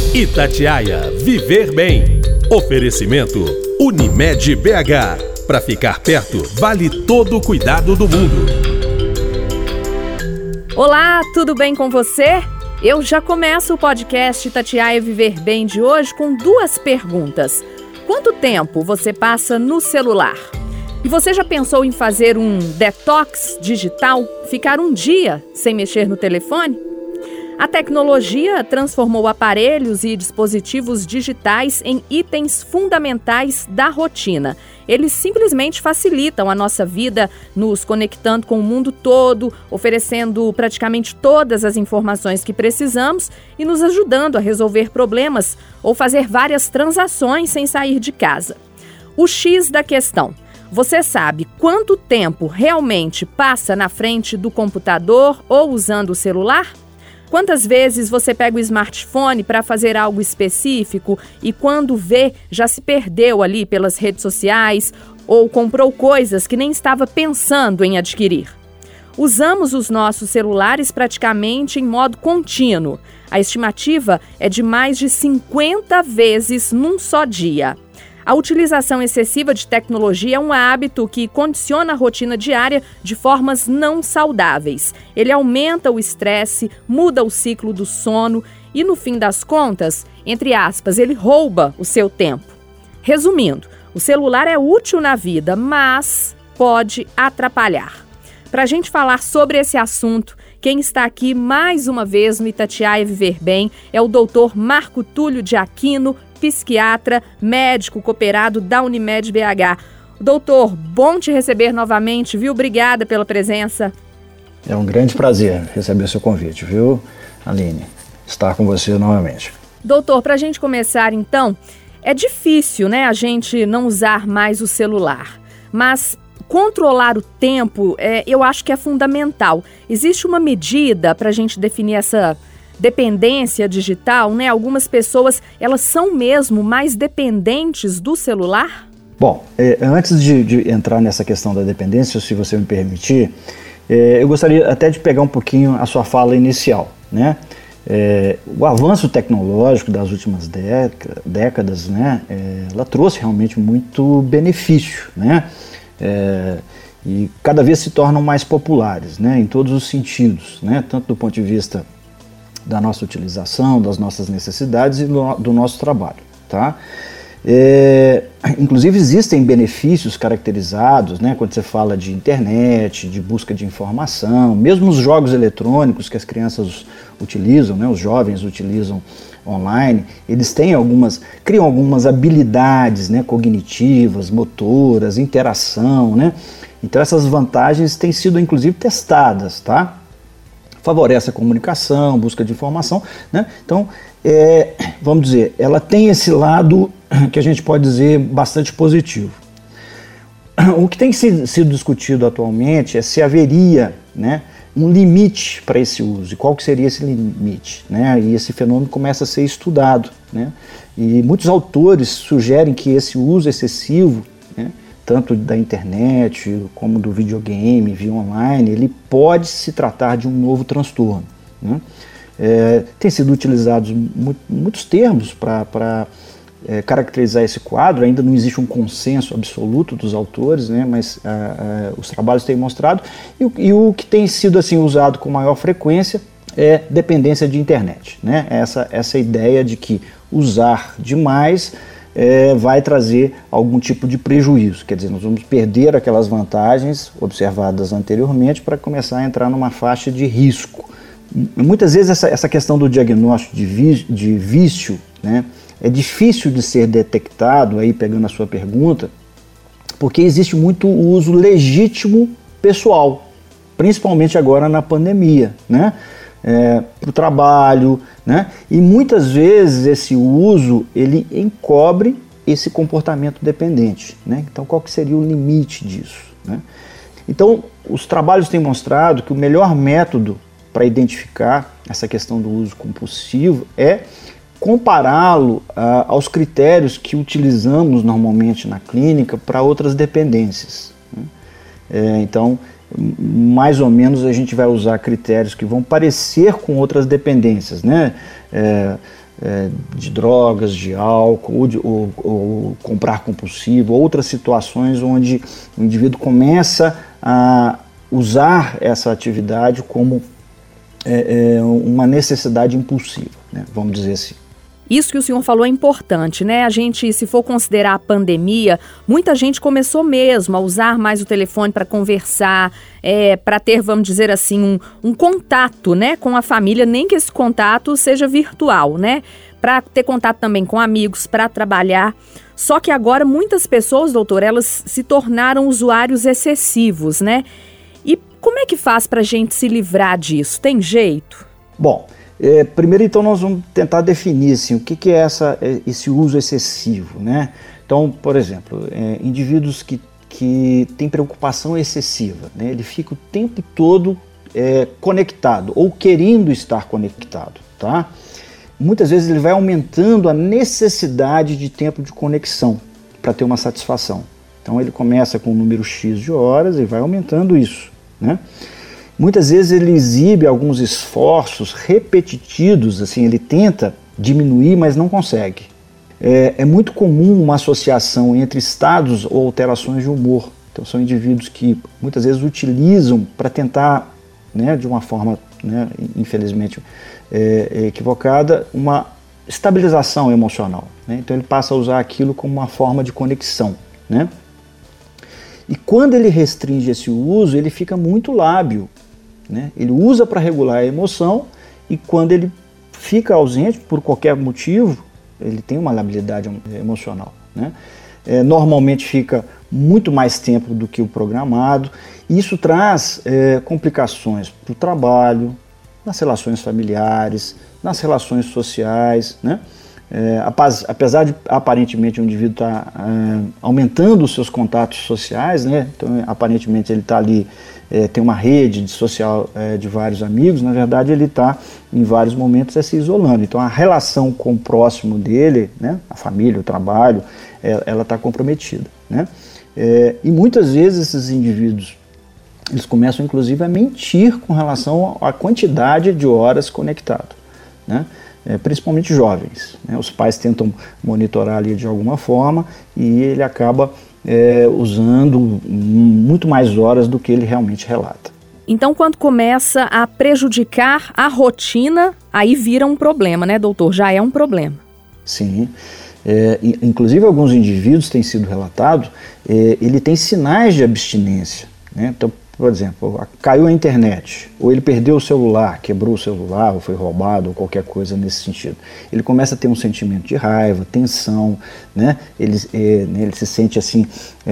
Itatiaia Viver Bem. Oferecimento Unimed BH. Para ficar perto, vale todo o cuidado do mundo. Olá, tudo bem com você? Eu já começo o podcast Itatiaia Viver Bem de hoje com duas perguntas. Quanto tempo você passa no celular? E você já pensou em fazer um detox digital? Ficar um dia sem mexer no telefone? A tecnologia transformou aparelhos e dispositivos digitais em itens fundamentais da rotina. Eles simplesmente facilitam a nossa vida, nos conectando com o mundo todo, oferecendo praticamente todas as informações que precisamos e nos ajudando a resolver problemas ou fazer várias transações sem sair de casa. O X da questão: você sabe quanto tempo realmente passa na frente do computador ou usando o celular? Quantas vezes você pega o smartphone para fazer algo específico e quando vê, já se perdeu ali pelas redes sociais ou comprou coisas que nem estava pensando em adquirir? Usamos os nossos celulares praticamente em modo contínuo. A estimativa é de mais de 50 vezes num só dia. A utilização excessiva de tecnologia é um hábito que condiciona a rotina diária de formas não saudáveis. Ele aumenta o estresse, muda o ciclo do sono e, no fim das contas, entre aspas, ele rouba o seu tempo. Resumindo, o celular é útil na vida, mas pode atrapalhar. Para a gente falar sobre esse assunto, quem está aqui mais uma vez no Itatiaia Viver Bem é o Dr. Marco Túlio de Aquino, psiquiatra, médico cooperado da Unimed BH. Doutor, bom te receber novamente, viu? Obrigada pela presença. É um grande prazer receber seu convite, viu, Aline? Estar com você novamente. Doutor, para a gente começar então, é difícil, né, a gente não usar mais o celular, mas controlar o tempo, eu acho que é fundamental. Existe uma medida para a gente definir essa dependência digital, né? Algumas pessoas, elas são mesmo mais dependentes do celular? Bom, antes de entrar nessa questão da dependência, se você me permitir, eu gostaria até de pegar um pouquinho a sua fala inicial, né? O avanço tecnológico das últimas décadas, né? Ela trouxe realmente muito benefício, né? E cada vez se tornam mais populares, né? Em todos os sentidos, né? Tanto do ponto de vista da nossa utilização, das nossas necessidades e do nosso trabalho, tá? Inclusive existem benefícios caracterizados, né, quando você fala de internet, de busca de informação, mesmo os jogos eletrônicos que as crianças utilizam, né, os jovens utilizam online, eles criam algumas habilidades, né, cognitivas, motoras, interação, né? Então essas vantagens têm sido inclusive testadas, tá? Favorece a comunicação, busca de informação, né? Então, vamos dizer, ela tem esse lado que a gente pode dizer bastante positivo. O que tem sido discutido atualmente é se haveria, né, um limite para esse uso, e qual que seria esse limite, né? E esse fenômeno começa a ser estudado, né? E muitos autores sugerem que esse uso excessivo, né, tanto da internet como do videogame, via online, ele pode se tratar de um novo transtorno, né? Tem sido utilizados muitos termos para caracterizar esse quadro. Ainda não existe um consenso absoluto dos autores, né? Mas os trabalhos têm mostrado, e o que tem sido assim, usado com maior frequência é dependência de internet, né? Essa ideia de que usar demais vai trazer algum tipo de prejuízo, quer dizer, nós vamos perder aquelas vantagens observadas anteriormente para começar a entrar numa faixa de risco. Muitas vezes essa questão do diagnóstico de vício, né, é difícil de ser detectado, aí pegando a sua pergunta, porque existe muito uso legítimo pessoal, principalmente agora na pandemia, né? Para o trabalho, né? E muitas vezes esse uso ele encobre esse comportamento dependente, né? Então qual que seria o limite disso, né? Então os trabalhos têm mostrado que o melhor método para identificar essa questão do uso compulsivo é compará-lo aos critérios que utilizamos normalmente na clínica para outras dependências, né? Então mais ou menos a gente vai usar critérios que vão parecer com outras dependências, né? de drogas, de álcool, ou comprar compulsivo, outras situações onde o indivíduo começa a usar essa atividade como uma necessidade impulsiva, né? Vamos dizer assim. Isso que o senhor falou é importante, né? A gente, se for considerar a pandemia, muita gente começou mesmo a usar mais o telefone para conversar, para ter, vamos dizer assim, um contato, né, com a família, nem que esse contato seja virtual, né? Para ter contato também com amigos, para trabalhar. Só que agora muitas pessoas, doutor, elas se tornaram usuários excessivos, né? E como é que faz para a gente se livrar disso? Tem jeito? Bom, primeiro então nós vamos tentar definir assim, o que é esse uso excessivo, né? Então, por exemplo, indivíduos que têm preocupação excessiva, né? Ele fica o tempo todo conectado ou querendo estar conectado, tá? Muitas vezes ele vai aumentando a necessidade de tempo de conexão para ter uma satisfação. Então ele começa com um número X de horas e vai aumentando isso, né? Muitas vezes ele exibe alguns esforços repetitivos, assim, ele tenta diminuir, mas não consegue. É muito comum uma associação entre estados ou alterações de humor. Então são indivíduos que muitas vezes utilizam para tentar, né, de uma forma, né, infelizmente equivocada, uma estabilização emocional, né? Então ele passa a usar aquilo como uma forma de conexão, né? E quando ele restringe esse uso, ele fica muito lábil, né? Ele usa para regular a emoção e quando ele fica ausente por qualquer motivo, ele tem uma labilidade emocional, né? Normalmente fica muito mais tempo do que o programado. Isso traz complicações para o trabalho, nas relações familiares, nas relações sociais, né? Apesar de aparentemente o indivíduo estar aumentando os seus contatos sociais, né? Então aparentemente ele está ali, tem uma rede social de vários amigos, na verdade ele está em vários momentos se isolando. Então a relação com o próximo dele, né? A família, o trabalho, ela está comprometida, né? E muitas vezes esses indivíduos, eles começam inclusive a mentir com relação à quantidade de horas conectado, né? Principalmente jovens, né? Os pais tentam monitorar ali de alguma forma e ele acaba usando muito mais horas do que ele realmente relata. Então, quando começa a prejudicar a rotina, aí vira um problema, né, doutor? Já é um problema. Sim. Inclusive, alguns indivíduos têm sido relatados, ele tem sinais de abstinência, né? Então, por exemplo, caiu a internet, ou ele perdeu o celular, quebrou o celular, ou foi roubado, ou qualquer coisa nesse sentido. Ele começa a ter um sentimento de raiva, tensão, né? Ele se sente assim,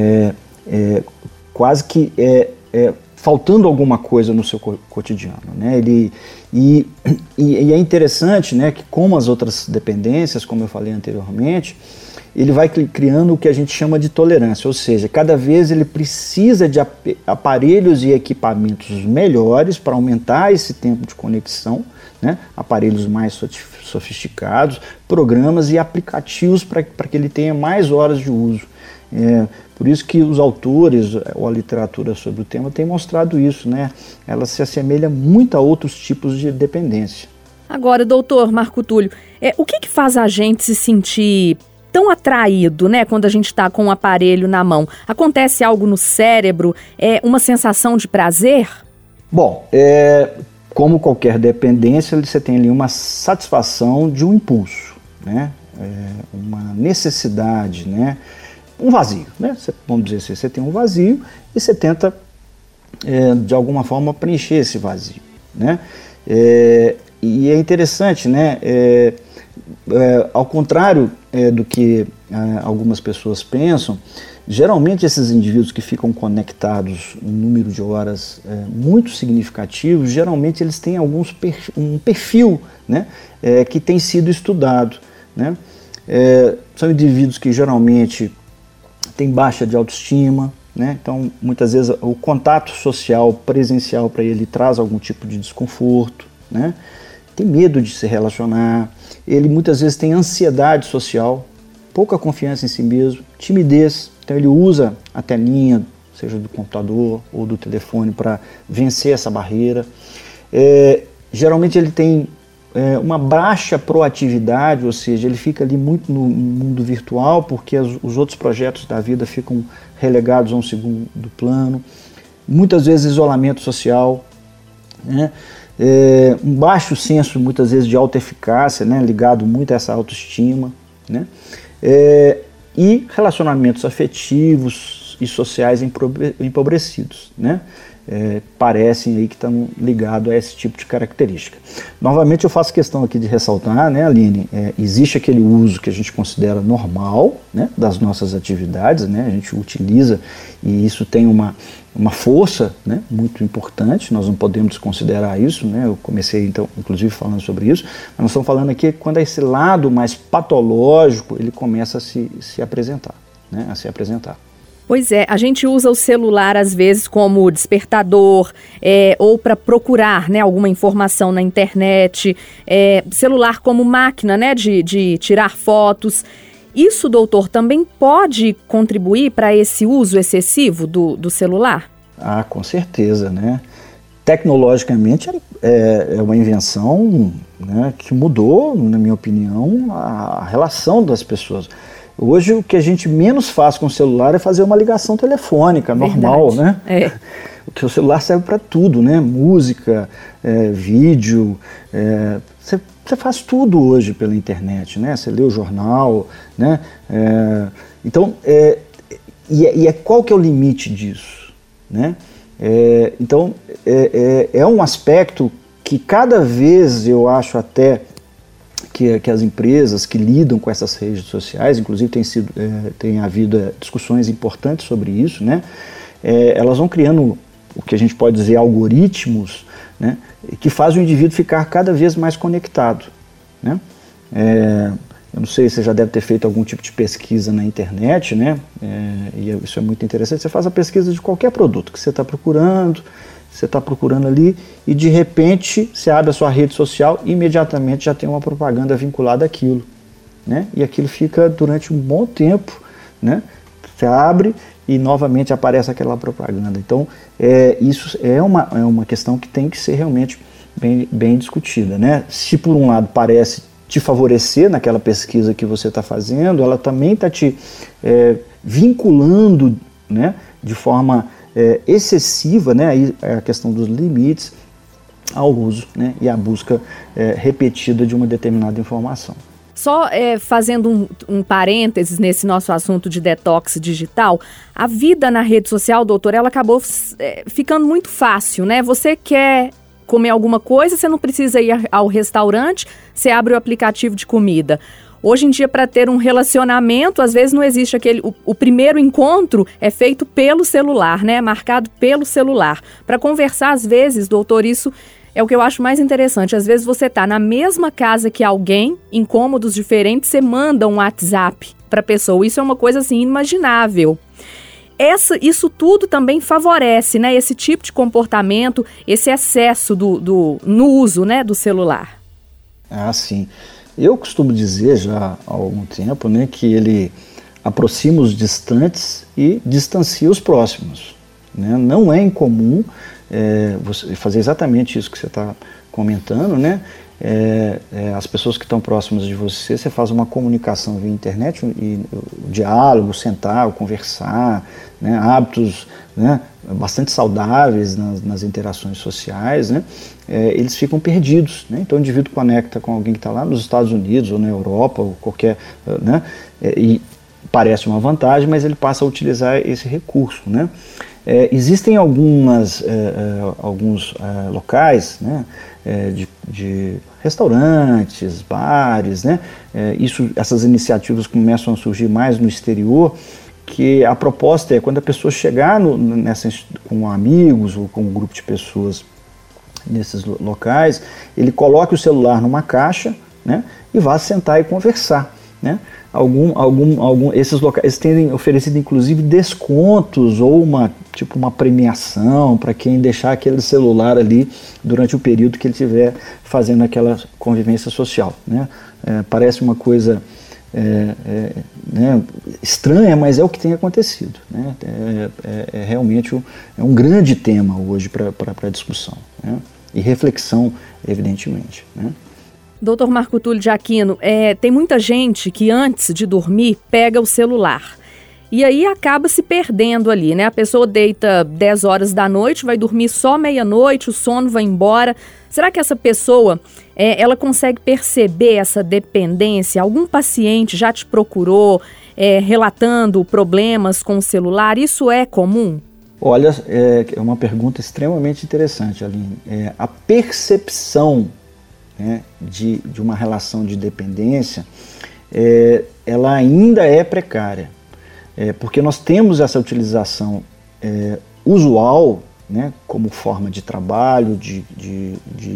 quase que faltando alguma coisa no seu cotidiano, né? E é interessante, né, que como as outras dependências, como eu falei anteriormente, ele vai criando o que a gente chama de tolerância, ou seja, cada vez ele precisa de aparelhos e equipamentos melhores para aumentar esse tempo de conexão, né? Aparelhos mais sofisticados, programas e aplicativos para que ele tenha mais horas de uso. Por isso que os autores ou a literatura sobre o tema tem mostrado isso, né? Ela se assemelha muito a outros tipos de dependência. Agora, doutor Marco Túlio, o que faz a gente se sentir tão atraído, né, quando a gente está com o aparelho na mão? Acontece algo no cérebro? Uma sensação de prazer? Bom, como qualquer dependência, você tem ali uma satisfação de um impulso, né? Uma necessidade, né? Um vazio, né? Vamos dizer assim, você tem um vazio e você tenta, de alguma forma, preencher esse vazio, né? E é interessante, né? Ao contrário do que algumas pessoas pensam, geralmente esses indivíduos que ficam conectados um número de horas muito significativo, geralmente eles têm um perfil, né? Que tem sido estudado, né? São indivíduos que geralmente têm baixa de autoestima, né? Então muitas vezes o contato social presencial para ele traz algum tipo de desconforto, né? Tem medo de se relacionar, ele muitas vezes tem ansiedade social, pouca confiança em si mesmo, timidez, então ele usa a telinha, seja do computador ou do telefone, para vencer essa barreira. Geralmente ele tem uma baixa proatividade, ou seja, ele fica ali muito no mundo virtual, porque os outros projetos da vida ficam relegados a um segundo plano. Muitas vezes isolamento social, né? Um baixo senso, muitas vezes, de autoeficácia, né? Ligado muito a essa autoestima, né? E relacionamentos afetivos e sociais empobrecidos, né? Parecem aí que estão ligados a esse tipo de característica. Novamente eu faço questão aqui de ressaltar, né, Aline, existe aquele uso que a gente considera normal, né, das nossas atividades, né, a gente utiliza e isso tem uma força, né, muito importante, nós não podemos desconsiderar isso, né, eu comecei então inclusive falando sobre isso, mas nós estamos falando aqui quando esse lado mais patológico ele começa a se apresentar, né, a se apresentar. Pois é, a gente usa o celular às vezes como despertador ou para procurar, né, alguma informação na internet, celular como máquina, né, de tirar fotos. Isso, doutor, também pode contribuir para esse uso excessivo do celular? Ah, com certeza, né? Tecnologicamente é uma invenção, né, que mudou, na minha opinião, a relação das pessoas. Hoje o que a gente menos faz com o celular é fazer uma ligação telefônica, normal, né? Porque o celular serve para tudo, né? Música, vídeo, você faz tudo hoje pela internet, né? Você lê o jornal, né? Então, qual que é o limite disso, né? Então, é um aspecto que cada vez eu acho até que as empresas que lidam com essas redes sociais, inclusive tem havido discussões importantes sobre isso, né? Elas vão criando o que a gente pode dizer algoritmos, né? Que fazem o indivíduo ficar cada vez mais conectado, né? Eu não sei se você já deve ter feito algum tipo de pesquisa na internet, né? E isso é muito interessante. Você faz a pesquisa de qualquer produto que você está procurando ali e de repente você abre a sua rede social e imediatamente já tem uma propaganda vinculada àquilo, né? E aquilo fica durante um bom tempo, né? Você abre e novamente aparece aquela propaganda. Então isso é uma questão que tem que ser realmente bem discutida, né? Se por um lado parece te favorecer naquela pesquisa que você está fazendo, ela também está te vinculando, né, de forma excessiva, né, aí é a questão dos limites ao uso, né, e a busca repetida de uma determinada informação. Só fazendo um parênteses nesse nosso assunto de detox digital, a vida na rede social, doutor, ela acabou ficando muito fácil, né? Você quer comer alguma coisa, você não precisa ir ao restaurante, você abre o aplicativo de comida. Hoje em dia, para ter um relacionamento, às vezes não existe o primeiro encontro é feito pelo celular, né? Marcado pelo celular. Para conversar, às vezes, doutor, isso é o que eu acho mais interessante. Às vezes você está na mesma casa que alguém, em cômodos diferentes, você manda um WhatsApp para a pessoa. Isso é uma coisa assim inimaginável. Isso tudo também favorece, né, esse tipo de comportamento, esse excesso no uso, né, do celular. Ah, sim. Eu costumo dizer já há algum tempo, né, que ele aproxima os distantes e distancia os próximos, né? Não é incomum você fazer exatamente isso que você está comentando, né? As pessoas que estão próximas de você faz uma comunicação via internet, e o diálogo, sentar, conversar, né, hábitos, né, bastante saudáveis nas interações sociais, né, eles ficam perdidos, né? Então o indivíduo conecta com alguém que está lá nos Estados Unidos ou na Europa ou qualquer, né, e parece uma vantagem, mas ele passa a utilizar esse recurso, né? Existem alguns locais, né, de restaurantes, bares, né? Essas iniciativas começam a surgir mais no exterior, que a proposta é quando a pessoa chegar com amigos ou com um grupo de pessoas nesses locais, ele coloque o celular numa caixa, né, e vá sentar e conversar, né? Esses locais têm oferecido inclusive descontos ou uma premiação para quem deixar aquele celular ali durante o período que ele estiver fazendo aquela convivência social, né? Parece uma coisa né, estranha, mas é o que tem acontecido, né? Realmente um grande tema hoje para discussão, né? E reflexão, evidentemente, né? Doutor Marco Túlio de Aquino, tem muita gente que antes de dormir pega o celular e aí acaba se perdendo ali, né? A pessoa deita 10 horas da noite, vai dormir só meia-noite, o sono vai embora. Será que essa pessoa, ela consegue perceber essa dependência? Algum paciente já te procurou relatando problemas com o celular? Isso é comum? Olha, é uma pergunta extremamente interessante, Aline. A percepção, né, de uma relação de dependência, ela ainda é precária, porque nós temos essa utilização usual, né, como forma de trabalho, de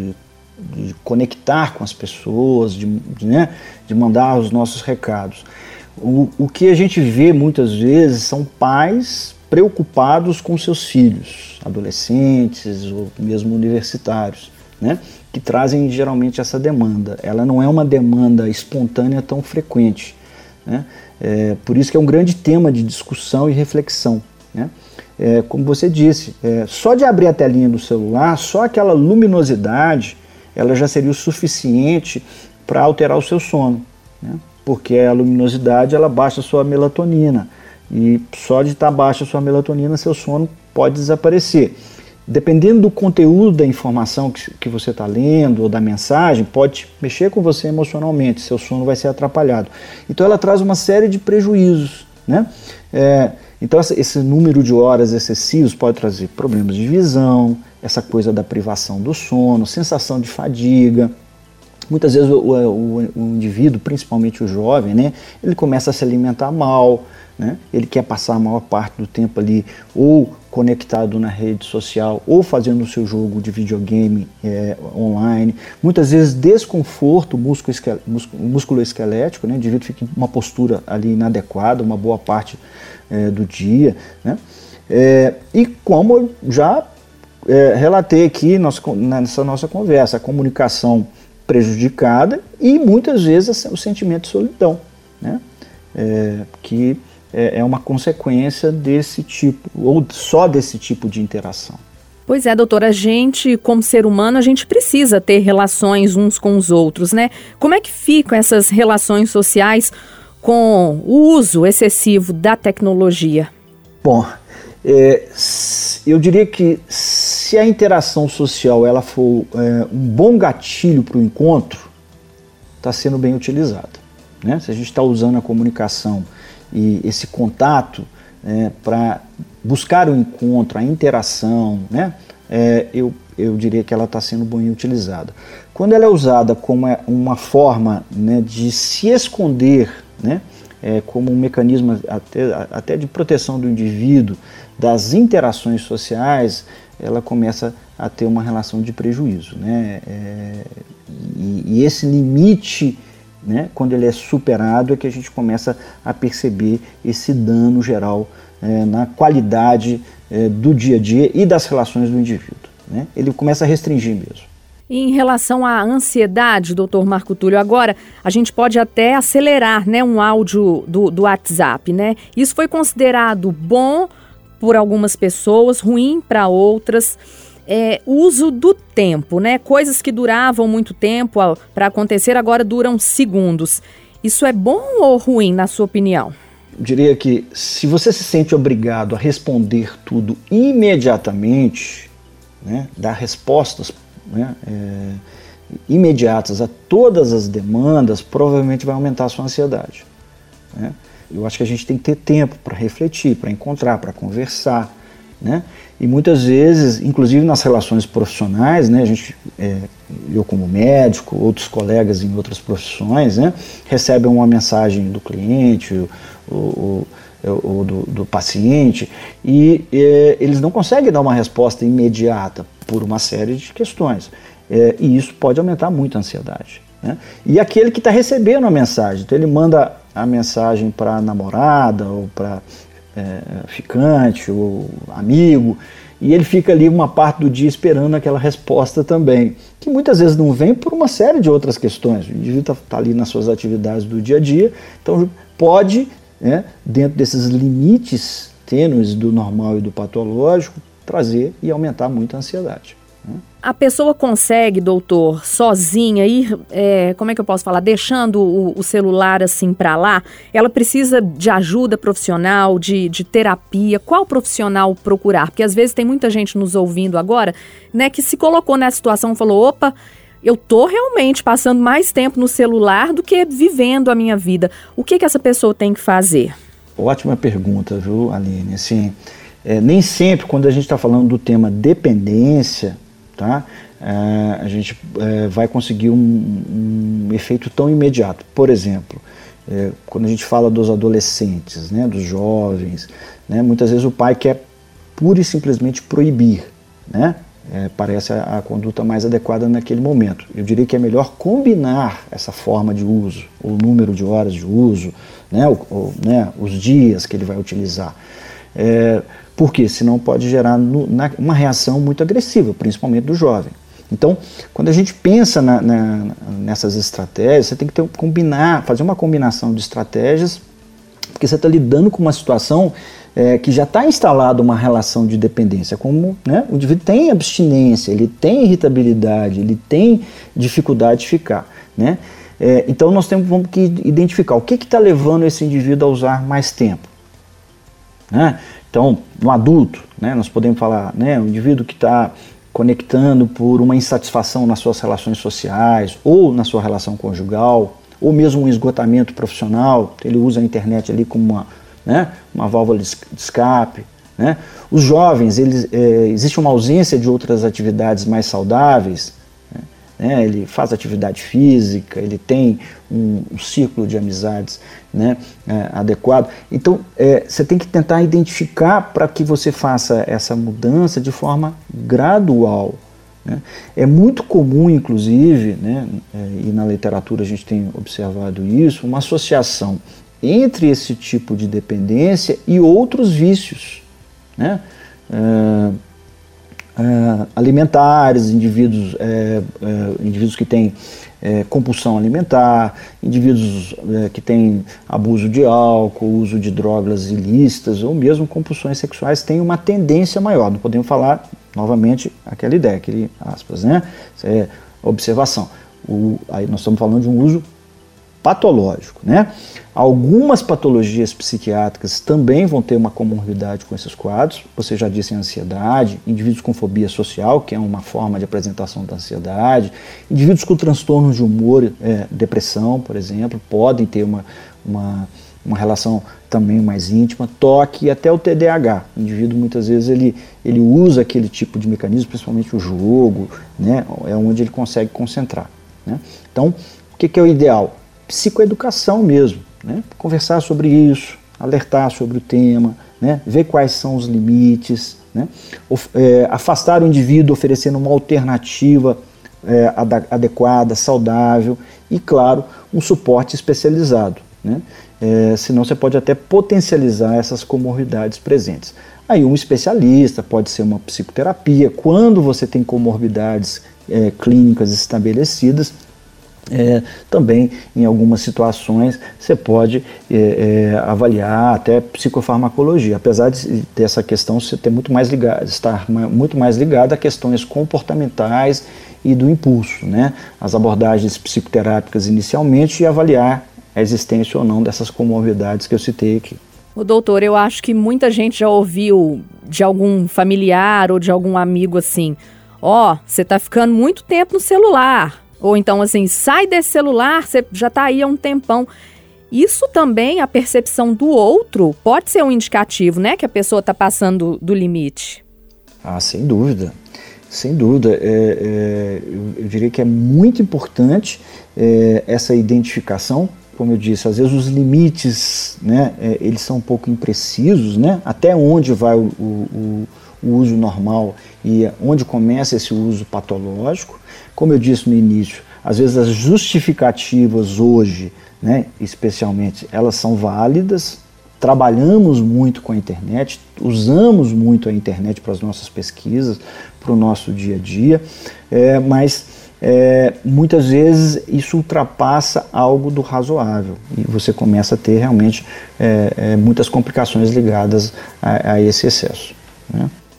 conectar com as pessoas, de mandar os nossos recados. O que a gente vê muitas vezes são pais preocupados com seus filhos, adolescentes ou mesmo universitários, né, que trazem geralmente essa demanda. Ela não é uma demanda espontânea tão frequente, né? Por isso que é um grande tema de discussão e reflexão, né? Como você disse, só de abrir a telinha do celular, só aquela luminosidade, ela já seria o suficiente para alterar o seu sono, né? Porque a luminosidade, ela baixa a sua melatonina, e só de estar baixa a sua melatonina, seu sono pode desaparecer. Dependendo do conteúdo da informação que você está lendo ou da mensagem, pode mexer com você emocionalmente, seu sono vai ser atrapalhado. Então ela traz uma série de prejuízos, né? Então esse número de horas excessivos pode trazer problemas de visão, essa coisa da privação do sono, sensação de fadiga. Muitas vezes o indivíduo, principalmente o jovem, né, ele começa a se alimentar mal, né? Ele quer passar a maior parte do tempo ali ou conectado na rede social ou fazendo o seu jogo de videogame online. Muitas vezes desconforto musculoesquelético, né? O indivíduo fica em uma postura ali inadequada uma boa parte do dia, né? E como eu já relatei aqui nessa nossa conversa, a comunicação prejudicada e muitas vezes o sentimento de solidão, né? Que é uma consequência desse tipo, ou só desse tipo de interação. Pois é, doutora, a gente, como ser humano, a gente precisa ter relações uns com os outros, né? Como é que ficam essas relações sociais com o uso excessivo da tecnologia? Bom, eu diria que se a interação social ela for um bom gatilho para o encontro, está sendo bem utilizada, né? Se a gente está usando a comunicação e esse contato para buscar o encontro, a interação, né? Eu diria que ela está sendo bem utilizada. Quando ela é usada como uma forma, né, de se esconder, né, como um mecanismo até de proteção do indivíduo, das interações sociais, ela começa a ter uma relação de prejuízo, né? E esse limite, né, quando ele é superado, é que a gente começa a perceber esse dano geral na qualidade do dia a dia e das relações do indivíduo, né? Ele começa a restringir mesmo. Em relação à ansiedade, doutor Marco Túlio, agora a gente pode até acelerar, né, um áudio do WhatsApp, né? Isso foi considerado bom por algumas pessoas, ruim para outras. Uso do tempo, né? Coisas que duravam muito tempo para acontecer agora duram segundos. Isso é bom ou ruim, na sua opinião? Eu diria que se você se sente obrigado a responder tudo imediatamente, né, dar respostas, né, imediatas a todas as demandas, provavelmente vai aumentar a sua ansiedade, né? Eu acho que a gente tem que ter tempo para refletir, para encontrar, para conversar, né? E muitas vezes, inclusive nas relações profissionais, né, eu como médico, outros colegas em outras profissões, né, recebem uma mensagem do cliente ou do paciente e eles não conseguem dar uma resposta imediata por uma série de questões. E isso pode aumentar muito a ansiedade, né? E aquele que está recebendo a mensagem, então ele manda a mensagem para a namorada ou para ficante ou amigo, e ele fica ali uma parte do dia esperando aquela resposta também, que muitas vezes não vem por uma série de outras questões. O indivíduo está ali nas suas atividades do dia a dia, então pode, né, dentro desses limites tênues do normal e do patológico, trazer e aumentar muito a ansiedade. A pessoa consegue, doutor, sozinha ir, como é que eu posso falar, deixando o celular assim para lá? Ela precisa de ajuda profissional, de terapia? Qual profissional procurar? Porque às vezes tem muita gente nos ouvindo agora, né, que se colocou nessa situação e falou, opa, eu tô realmente passando mais tempo no celular do que vivendo a minha vida. O que essa pessoa tem que fazer? Ótima pergunta, viu, Aline? Assim, nem sempre quando a gente está falando do tema dependência, tá? A gente vai conseguir um efeito tão imediato. Por exemplo, quando a gente fala dos adolescentes, né, dos jovens, né, muitas vezes o pai quer pura e simplesmente proibir, né? Parece a conduta mais adequada naquele momento. Eu diria que é melhor combinar essa forma de uso, o número de horas de uso, né, os dias que ele vai utilizar. Porque senão pode gerar uma reação muito agressiva, principalmente do jovem. Então, quando a gente pensa nessas estratégias, você tem que fazer uma combinação de estratégias, porque você está lidando com uma situação que já está instalada uma relação de dependência, como, né, o indivíduo tem abstinência, ele tem irritabilidade, ele tem dificuldade de ficar, né? Então nós vamos que identificar o que está levando esse indivíduo a usar mais tempo, né? Então, no adulto, né, nós podemos falar, né, um indivíduo que está conectando por uma insatisfação nas suas relações sociais, ou na sua relação conjugal, ou mesmo um esgotamento profissional, ele usa a internet ali como uma válvula de escape, né? Os jovens, existe uma ausência de outras atividades mais saudáveis, né? Ele faz atividade física, ele tem um círculo de amizades, né, adequado. Então, você tem que tentar identificar para que você faça essa mudança de forma gradual, né? É muito comum, inclusive, né, e na literatura a gente tem observado isso, uma associação entre esse tipo de dependência e outros vícios, né? Alimentares, indivíduos que têm compulsão alimentar, indivíduos que têm abuso de álcool, uso de drogas ilícitas ou mesmo compulsões sexuais têm uma tendência maior. Não podemos falar novamente aquela ideia, aquele aspas, né? Observação. Aí nós estamos falando de um uso patológico, né? Algumas patologias psiquiátricas também vão ter uma comorbidade com esses quadros. Você já disse a ansiedade, indivíduos com fobia social, que é uma forma de apresentação da ansiedade, indivíduos com transtornos de humor, depressão, por exemplo, podem ter uma relação também mais íntima, toque e até o TDAH. O indivíduo muitas vezes ele usa aquele tipo de mecanismo, principalmente o jogo, né? É onde ele consegue concentrar, né? Então, o que é o ideal? Psicoeducação mesmo, né? Conversar sobre isso, alertar sobre o tema, né? Ver quais são os limites, né? Afastar o indivíduo oferecendo uma alternativa adequada, saudável e, claro, um suporte especializado, né? Senão você pode até potencializar essas comorbidades presentes. Aí um especialista, pode ser uma psicoterapia, quando você tem comorbidades clínicas estabelecidas. Também em algumas situações você pode avaliar até psicofarmacologia, apesar dessa questão estar muito mais ligada a questões comportamentais e do impulso, né? As abordagens psicoterápicas inicialmente e avaliar a existência ou não dessas comorbidades que eu citei aqui. O doutor, eu acho que muita gente já ouviu de algum familiar ou de algum amigo assim, você está ficando muito tempo no celular. Ou então, assim, sai desse celular, você já está aí há um tempão. Isso também, a percepção do outro, pode ser um indicativo, né? Que a pessoa está passando do limite. Sem dúvida. Sem dúvida. Eu diria que é muito importante essa identificação. Como eu disse, às vezes os limites, né, eles são um pouco imprecisos, né? Até onde vai o uso normal e onde começa esse uso patológico. Como eu disse no início, às vezes as justificativas hoje, né, especialmente, elas são válidas. Trabalhamos muito com a internet, usamos muito a internet para as nossas pesquisas, para o nosso dia a dia, mas muitas vezes isso ultrapassa algo do razoável e você começa a ter realmente muitas complicações ligadas a esse excesso, né?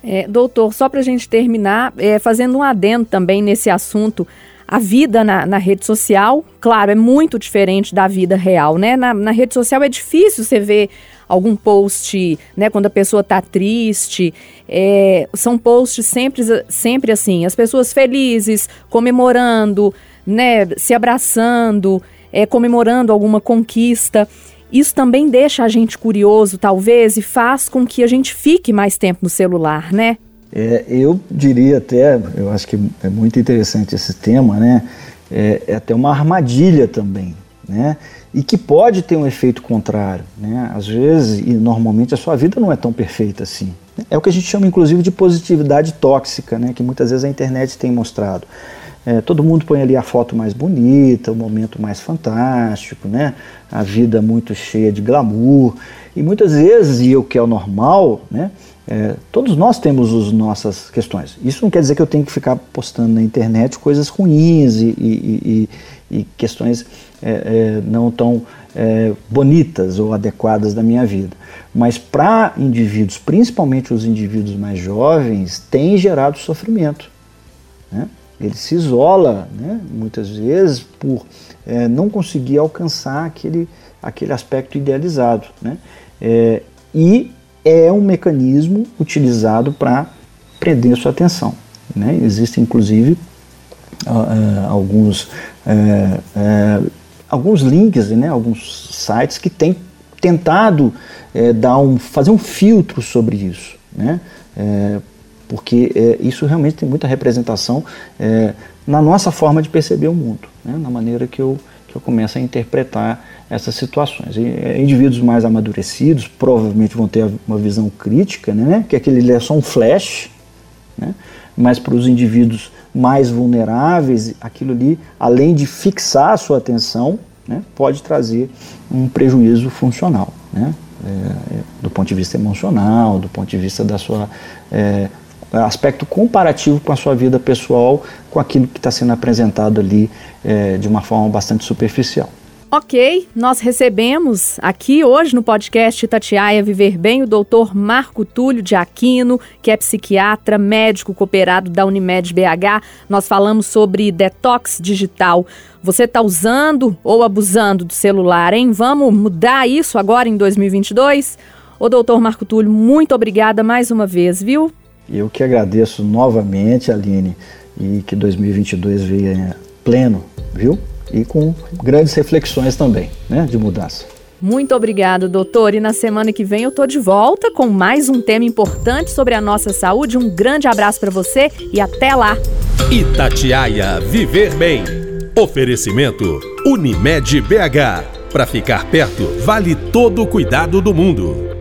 Doutor, só para a gente terminar, fazendo um adendo também nesse assunto, a vida na rede social, claro, é muito diferente da vida real, né? Na rede social é difícil você ver algum post, né, quando a pessoa está triste, são posts sempre assim, as pessoas felizes, comemorando, né, se abraçando, comemorando alguma conquista. Isso também deixa a gente curioso, talvez, e faz com que a gente fique mais tempo no celular, né? Eu diria até, eu acho que é muito interessante esse tema, né? É até uma armadilha também, né? E que pode ter um efeito contrário, né? Às vezes, e normalmente, a sua vida não é tão perfeita assim. É o que a gente chama, inclusive, de positividade tóxica, né? Que muitas vezes a internet tem mostrado. Todo mundo põe ali a foto mais bonita, o momento mais fantástico, né? A vida muito cheia de glamour. E muitas vezes, e o que é o normal, né? Todos nós temos as nossas questões. Isso não quer dizer que eu tenho que ficar postando na internet coisas ruins e questões não tão bonitas ou adequadas da minha vida. Mas para indivíduos, principalmente os indivíduos mais jovens, tem gerado sofrimento, né? Ele se isola, né, muitas vezes por não conseguir alcançar aquele aspecto idealizado, né? E é um mecanismo utilizado para prender sua atenção, né? Existem, inclusive, alguns links, né, alguns sites que têm tentado fazer um filtro sobre isso, né? Porque isso realmente tem muita representação na nossa forma de perceber o mundo, né? Na maneira que eu começo a interpretar essas situações. Indivíduos mais amadurecidos provavelmente vão ter uma visão crítica, né? Que aquele é só um flash, né? Mas para os indivíduos mais vulneráveis, aquilo ali, além de fixar a sua atenção, né, pode trazer um prejuízo funcional, né? Do ponto de vista emocional, do ponto de vista da sua aspecto comparativo com a sua vida pessoal, com aquilo que está sendo apresentado ali de uma forma bastante superficial. Ok, nós recebemos aqui hoje no podcast Itatiaia Viver Bem o doutor Marco Túlio de Aquino, que é psiquiatra, médico cooperado da Unimed BH. Nós falamos sobre detox digital. Você está usando ou abusando do celular, hein? Vamos mudar isso agora em 2022? Ô doutor Marco Túlio, muito obrigada mais uma vez, viu? Eu que agradeço novamente, Aline, e que 2022 venha pleno, viu? E com grandes reflexões também, né, de mudança. Muito obrigado, doutor. E na semana que vem eu tô de volta com mais um tema importante sobre a nossa saúde. Um grande abraço para você e até lá. Itatiaia Viver Bem. Oferecimento Unimed BH. Para ficar perto, vale todo o cuidado do mundo.